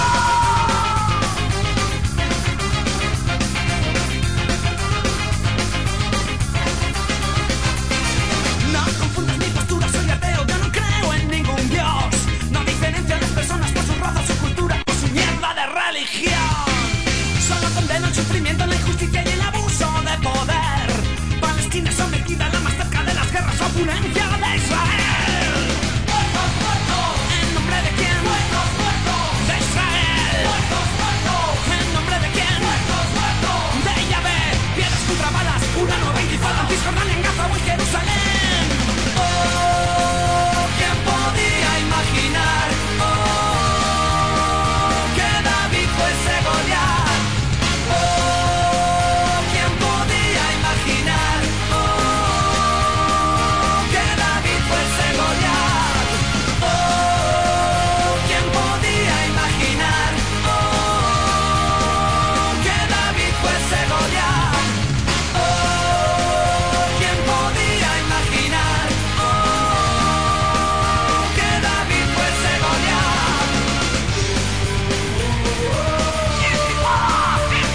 No confundas mi postura, soy ateo, yo no creo en ningún dios. No diferencio a las personas por su raza, su cultura o su mierda de religión. Solo condeno el sufrimiento, la injusticia y el abuso de poder. Palestina es sometida a la más cerca de las guerras, opulencia de Israel. ¡Muertos, muertos! ¿En nombre de quién? ¡Muertos, muertos! De Israel. ¡Muertos, muertos! ¿En nombre de quién? ¡Muertos, muertos! De Yahvé. Piedras contra balas, una nueva intifada. Cisjordania, en Gaza o en Jerusalén. Oh, ¿quién podía imaginar? Oh, que David fuese Goliat. Oh, ¿quién podía imaginar? Oh, que David fuese Goliat. Oh, ¿quién podía imaginar? Oh, que David fuese Goliat. Oh, ¿quién podía imaginar? Oh, que David fuese Goliat. ¡Intifada!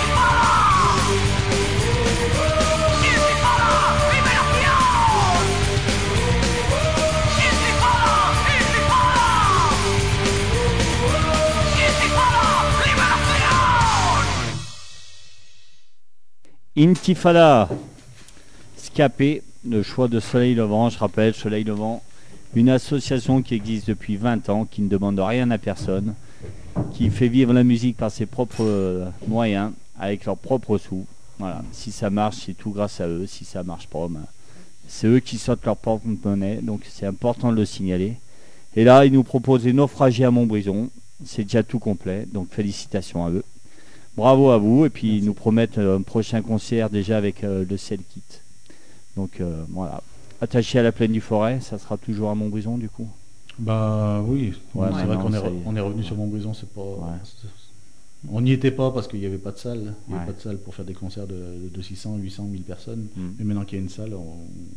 ¡Intifada! ¡Intifada! ¡Liberación! ¡Intifada! ¡Intifada! ¡Liberación! Intifada. Scapé, le choix de Soleil Levant. Je rappelle, Soleil Levant, une association qui existe depuis vingt ans, qui ne demande rien à personne, qui fait vivre la musique par ses propres euh, moyens, avec leurs propres sous. Voilà. Si ça marche, c'est tout grâce à eux. Si ça marche pas, ben, c'est eux qui sortent leur porte-monnaie. Donc c'est important de le signaler. Et là, ils nous proposent des naufragés à Montbrison. C'est déjà tout complet. Donc félicitations à eux. Bravo à vous. Et puis Merci. ils nous promettent un prochain concert déjà avec euh, le Cell Kit. Donc euh, voilà. Attaché à la plaine du Forêt, ça sera toujours à Montbrison du coup. Bah oui, Ouais, c'est vrai non, qu'on est, ça y re- est. on est revenu sur Montbrison, c'est pas. Ouais. c'est- On n'y était pas parce qu'il n'y avait pas de salle. Il n'y avait Ouais. pas de salle pour faire des concerts de, de six cents, huit cents, mille personnes. Mm. Mais maintenant qu'il y a une salle, on,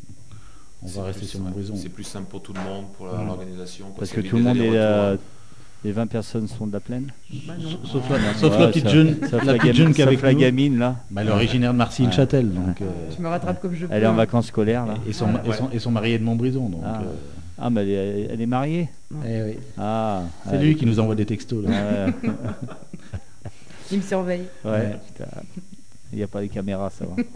on C'est va rester plus sur simple. Montbrison. C'est plus simple pour tout le monde, pour la- Ouais. l'organisation. quoi. Parce Ça que évite tout le des monde est. allers-retours. euh, les vingt personnes sont de la plaine. Bah non. Sauf la, sauf Ouais, la petite sauf- jeune, sauf la la petite gamine- jeune qui est sauf avec la nous. gamine là. Bah, elle est originaire de Marcilly-le-Châtel. Donc, euh, Je me rattrape comme je peux. Elle est en hein. vacances scolaires là. et, son, et, son, et son mari est de Montbrison. Donc, Ah. euh, Ah, mais elle est, elle est mariée. eh oui. Ah. C'est ouais, lui qui nous envoie des textos. Là. Ouais, Il me surveille. ouais, Ouais. putain. Il n'y a pas les caméras, ça va.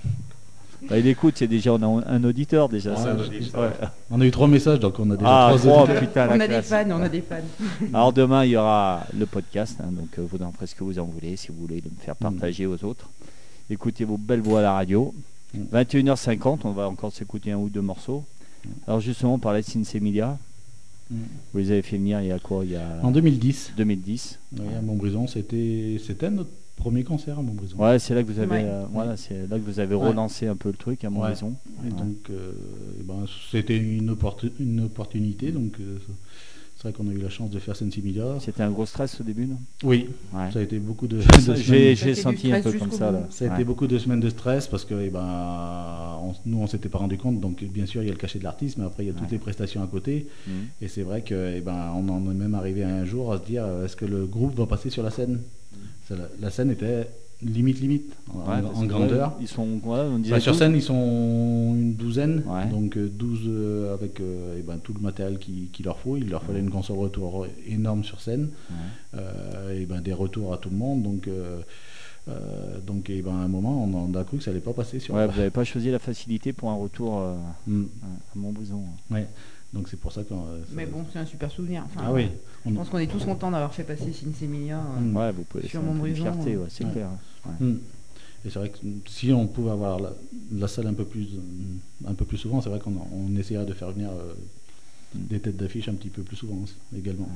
Bah, il écoute, c'est déjà on a un auditeur déjà. Ouais, ça. un auditeur. Ouais. On a eu trois messages, donc on a déjà Ah, trois trois, auditeurs. putain, On la a des classe. fans, on a des fans. Alors demain, il y aura le podcast, hein, donc euh, vous en ferez ce que vous en voulez, si vous voulez le faire partager aux autres. Écoutez vos belles voix à la radio. Mm. vingt et une heures cinquante, on va encore s'écouter un ou deux morceaux. Alors justement, on parlait de Sinsemilia. Mm. Vous les avez fait venir il y a quoi? Il y a En deux mille dix, deux mille dix. oui, à Montbrison, c'était c'était notre premier concert à Montbrison. Ouais, c'est là que vous avez, Ouais. euh, voilà, c'est là que vous avez Ouais. relancé un peu le truc à Montbrison. Et donc, euh, eh ben, c'était une, opportu- une opportunité. Donc, euh, c'est vrai qu'on a eu la chance de faire Sensimilia. C'était un gros stress au début, non? Oui, Ouais. ça a été beaucoup de, de J'ai semaines. j'ai Ça fait du senti un stress peu jusqu'au comme ça bout. là. Ça a été Ouais. beaucoup de semaines de stress parce que eh ben, on- nous, on s'était pas rendu compte. Donc, bien sûr, il y a le cachet de l'artiste, mais après, il y a toutes Ouais. les prestations à côté. Mhm. Et c'est vrai que, eh ben, on en est même arrivé un jour à se dire, euh, est-ce que le groupe va passer sur la scène? Ça, la, la scène était limite, limite, en, Ouais, parce en que, grandeur. ouais, ils sont, voilà, on disait Bah, sur tout. scène, ils sont une douzaine, Ouais. donc euh, douze euh, avec euh, eh ben, tout le matériel qu'il qu'il leur faut. Il leur fallait une console retour énorme sur scène, Ouais. euh, et ben, des retours à tout le monde. Donc, euh, euh, donc eh ben, à un moment, on, on a cru que ça allait pas passer sur. Ouais, vous n'avez pas choisi la facilité pour un retour euh, Mm. à Montbrison. Ouais. Donc c'est pour ça qu'on. euh, Mais ça- bon, c'est un super souvenir. Enfin, Ah oui. Je pense qu'on est tous contents d'avoir fait passer Sinsemilia. euh, Mm. Ouais, vous pouvez Sur faire un peu de Montbrison, fierté, euh, ouais, c'est ouais. clair. Ouais. Mm. Et c'est vrai que si on pouvait avoir la, la salle un peu plus, un peu plus souvent, c'est vrai qu'on on essaierait de faire venir euh, des têtes d'affiche un petit peu plus souvent également.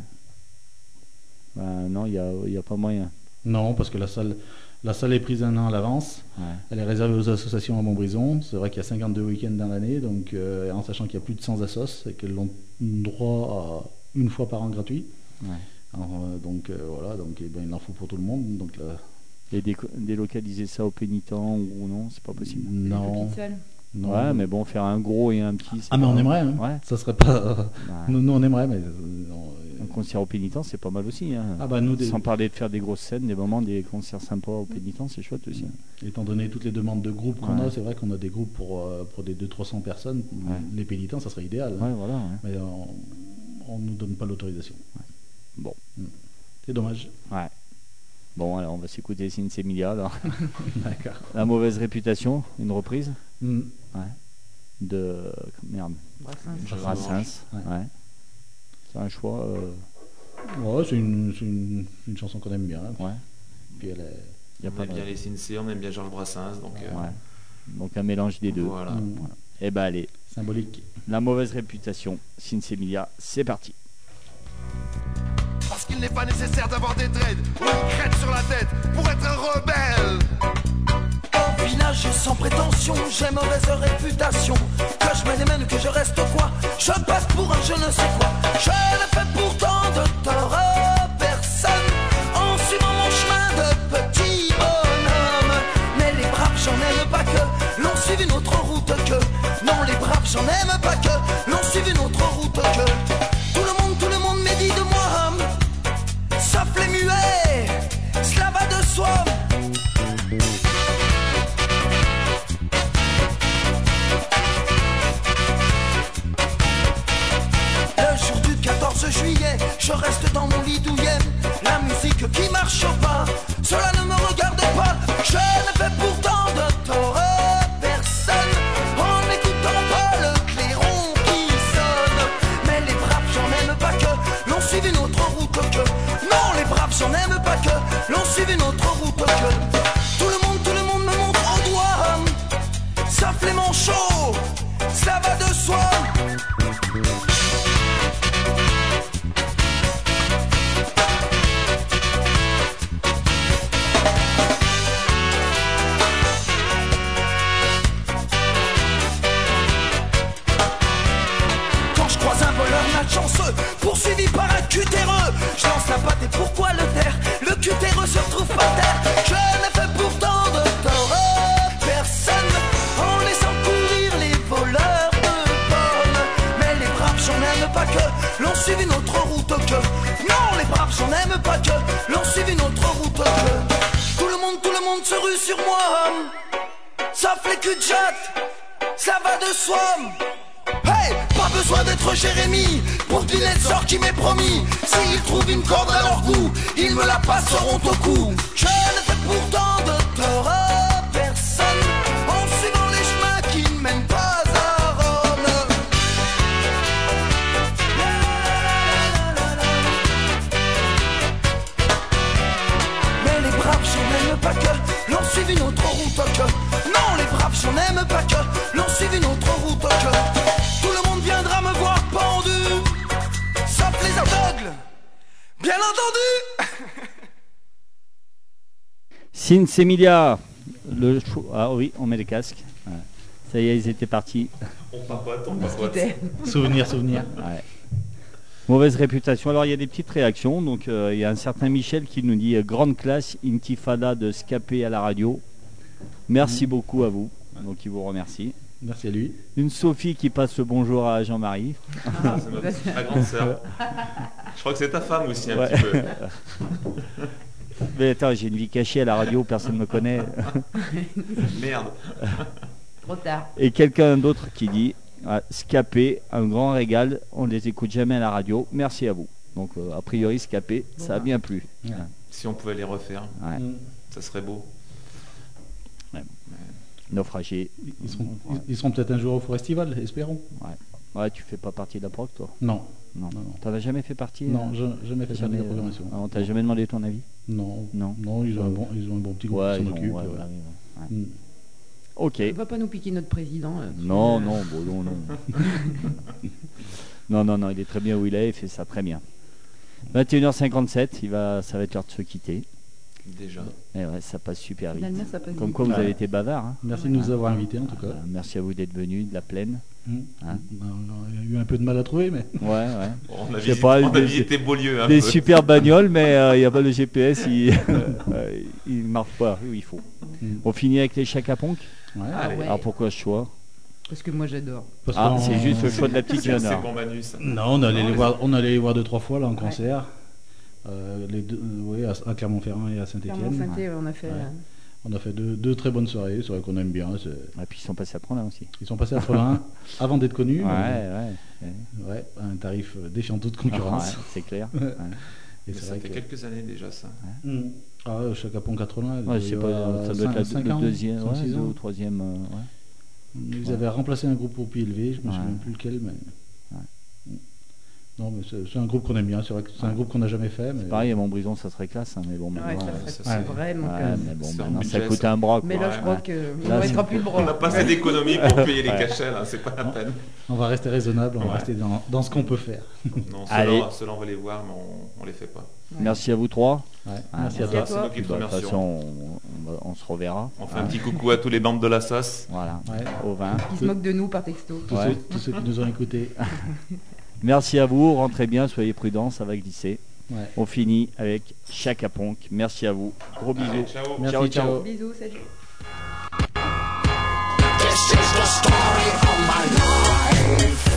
Bah, non, il n'y a, il y a pas moyen. Non, parce que la salle, la salle est prise un an à l'avance. Ouais. Elle est réservée aux associations à Montbrison. C'est vrai qu'il y a cinquante-deux week-ends dans l'année, donc euh, en sachant qu'il y a plus de cent assos et qu'elles ont droit à une fois par an gratuit. Ouais. Alors, euh, donc euh, voilà, donc eh ben, il en faut pour tout le monde. Donc là, Et déco- délocaliser ça aux pénitents ou non, c'est pas possible. les non, petites salles. non. Ouais, mais bon, faire un gros et un petit. c'est Ah mais pas- on aimerait, hein. Ouais. Ça serait pas. Bah, nous, nous, on aimerait, mais euh, on- un concert aux pénitents, c'est pas mal aussi. Hein. ah bah nous, des- Sans parler de faire des grosses scènes, des moments, des concerts sympas aux pénitents, c'est chouette aussi. étant donné toutes les demandes de groupes qu'on Ouais. a, c'est vrai qu'on a des groupes pour euh, pour des deux cents trois cents personnes. Ouais. Les pénitents, ça serait idéal. Ouais, voilà. ouais. Mais on, on nous donne pas l'autorisation. Bon. Mm. C'est dommage. Ouais. Bon, alors on va s'écouter Sinsemilia, alors. D'accord. La mauvaise réputation, une reprise Mm. de. Merde. Brassens. Brassens. Ouais. Ouais. C'est un choix. euh, Ouais, c'est une, c'est une, une chanson qu'on aime bien. Ouais. Puis elle est... Il y a On pas aime de- bien les Sinsé, on aime bien Georges Brassens, donc euh, Ouais. Donc un mélange des deux. voilà. Mm. Et ben allez, symbolique. la mauvaise réputation, Sinsemilia, c'est parti. Parce qu'il n'est pas nécessaire d'avoir des dreads ou une crête sur la tête pour être un rebelle. Au village sans prétention, j'ai mauvaise réputation. Que je me démène, que je reste quoi, je passe pour un je ne sais quoi. Je ne fais pourtant de tort à personne en suivant mon chemin de petit bonhomme. Mais les braves, j'en aime pas que l'on suive une autre route que. Non, les braves, j'en aime pas que l'on suive une autre route que. Tout le monde, tout le monde médit de moi, sauf les muets, cela va de soi. Le jour du quatorze juillet, je reste dans mon lit douillet. La musique qui marche pas, cela ne me regarde pas. Je ne fais pourtant de tort à personne en croise un voleur malchanceux, poursuivi par un cutéreux. Je lance la patte et pourquoi le taire? Le cutéreux se retrouve par terre. Je n'ai fait pourtant de tort à personne en laissant courir les voleurs de pommes. Mais les braves j'en aime pas que l'on suive une autre route que. Non, les braves j'en aime pas que l'on suive une autre route que. Tout le monde, tout le monde se rue sur moi. Sauf les cul de jatte, ça va de soi. Hey, pas besoin d'être Jérémie pour deviner le sort qui m'est promis. S'ils trouvent une corde à leur goût, ils me la passeront au cou. Je ne fais pourtant de tort à personne en suivant les chemins qui ne mènent pas à Rome. Mais les braves j'en aime pas que l'on suive une autre route que. Non, les braves j'en aime pas que l'on suive une autre route que. Tout le monde viendra me voir pendu, sauf les aveugles, bien entendu. Sins Emilia, le chou- ah oui, on met les casques. Ouais. Ça y est, ils étaient partis. On papote, on papote. Souvenir, souvenir. Ouais. Mauvaise réputation. Alors il y a des petites réactions. Donc euh, il y a un certain Michel qui nous dit euh, grande classe, Intifada de Scapé à la radio. Merci mmh. beaucoup à vous. Donc il vous remercie. Merci à lui. Une Sophie qui passe le bonjour à Jean-Marie. Ah, c'est ma, ma grande sœur. Je crois que c'est ta femme aussi un Ouais. petit peu. Mais attends, j'ai une vie cachée à la radio, personne ne me connaît. Merde. Trop tard. Et quelqu'un d'autre qui dit ah, Scapé, un grand régal, on ne les écoute jamais à la radio, merci à vous. Donc euh, a priori Scapé, bon, ça a bien plu. Ouais. Si on pouvait les refaire, Ouais. Mm. ça serait beau. Ouais. Naufragé. Ils seront, Ouais. ils seront peut-être un jour au Forestival, espérons. Ouais. Ouais, tu fais pas partie de la prog, toi? Non. Non. Non, non. T'en as jamais fait partie? Non, euh, je jamais fait t'as partie de la jamais, programmation. euh, on t'a jamais demandé ton avis? Non. Non. Non, ils ont, un bon, ils ont un bon petit groupe Ouais, qui ils s'en ont- occupe. ouais, et ouais, voilà. ouais, ouais. Mm. Ok. On va pas nous piquer notre président. euh, Non, euh, non, bon, non, non. non, non, non, il est très bien où il est, il fait ça très bien. vingt et une heures cinquante-sept, il va, ça va être l'heure de se quitter. Déjà. Et ouais, ça passe super vite. Finalement, ça passe Comme vite. quoi vous Ouais. avez été bavard. Hein. Merci de nous avoir invités en tout cas. Euh, merci à vous d'être venus de la plaine. Mm. Hein. On a eu un peu de mal à trouver, mais Ouais, ouais. Bon, on a Je sais visité, pas, on a des- visité Beaulieu un Des peu. super bagnoles, mais il n'y a pas le G P S, il euh, il marche pas où il faut. Mm. On finit avec les Chaka Ponk. ouais. Ah ouais. Alors pourquoi ce choix? Parce que moi j'adore. Parce Ah, qu'on- c'est juste le choix de la petite C'est jeune. c'est alors. pour Manu ça. Non, on allait Non, les mais voir, on allait les voir deux trois fois là en concert. Euh, les deux, euh, oui, à, à Clermont-Ferrand et à Saint-Étienne. Clermont-Saint-Étienne, on a fait. Ouais. euh, On a fait deux, deux très bonnes soirées, c'est vrai qu'on aime bien. c'est- Et puis ils sont passés à Trondheim aussi. Ils sont passés à Trelin avant d'être connus. Ouais, mais- ouais. ouais, à un tarif euh, défiant toute concurrence. Ouais, c'est clair. Ouais. Ouais. Et Mais c'est ça vrai fait que... quelques années déjà ça. Mm. Ah, ouais, Chaka Ponk quatre-vingts. Ouais, je sais pas, ça doit être la- cinq le ans, deuxième, cinq, ouais, six deux ans. ou troisième. euh, ouais. Ils Ouais. avaient remplacé un groupe au pied élevé, je me Ouais. souviens plus lequel, mais. Ouais. Mm. Non, mais c'est c'est un groupe qu'on aime bien, c'est vrai que c'est un Ouais. groupe qu'on n'a jamais fait. Mais... Pareil, à Montbrison, ça serait classe, hein, mais bon, Ouais, maintenant, ça euh, serait ça, c'est- vraiment ouais, classe. mais bon, C'est un maintenant, ça budget, coûte ça. un bras. Mais quoi. là, je Ouais, crois ouais. qu'on Là, ne c'est- mettra plus le On n'a bras. pas fait d'économie pour payer les Ouais. cachets là, c'est pas la peine. On va rester raisonnable, on va Ouais. rester dans, dans ce qu'on peut faire. Non, Allez. ceux-là, ceux-là, on va les voir, mais on, on les fait pas. Merci à vous trois. Ouais. Ah, Merci à merci à toi. C'est toi. nous qui te Bah, de toute façon, remercions. on, on va- on se reverra. On fait un petit coucou à tous les membres de la sauce. Voilà, Ouais. au vin. Ils se moquent de nous par texto. Tous, Ouais. ceux, tous ceux qui nous ont écoutés. Merci à vous, rentrez bien, soyez prudents, ça va glisser. Ouais. On finit avec Chaka Ponk. Merci à vous. Gros bisous. Allez, ciao. Merci, Ciao, ciao. ciao. Bisous, salut. This is the story of my life.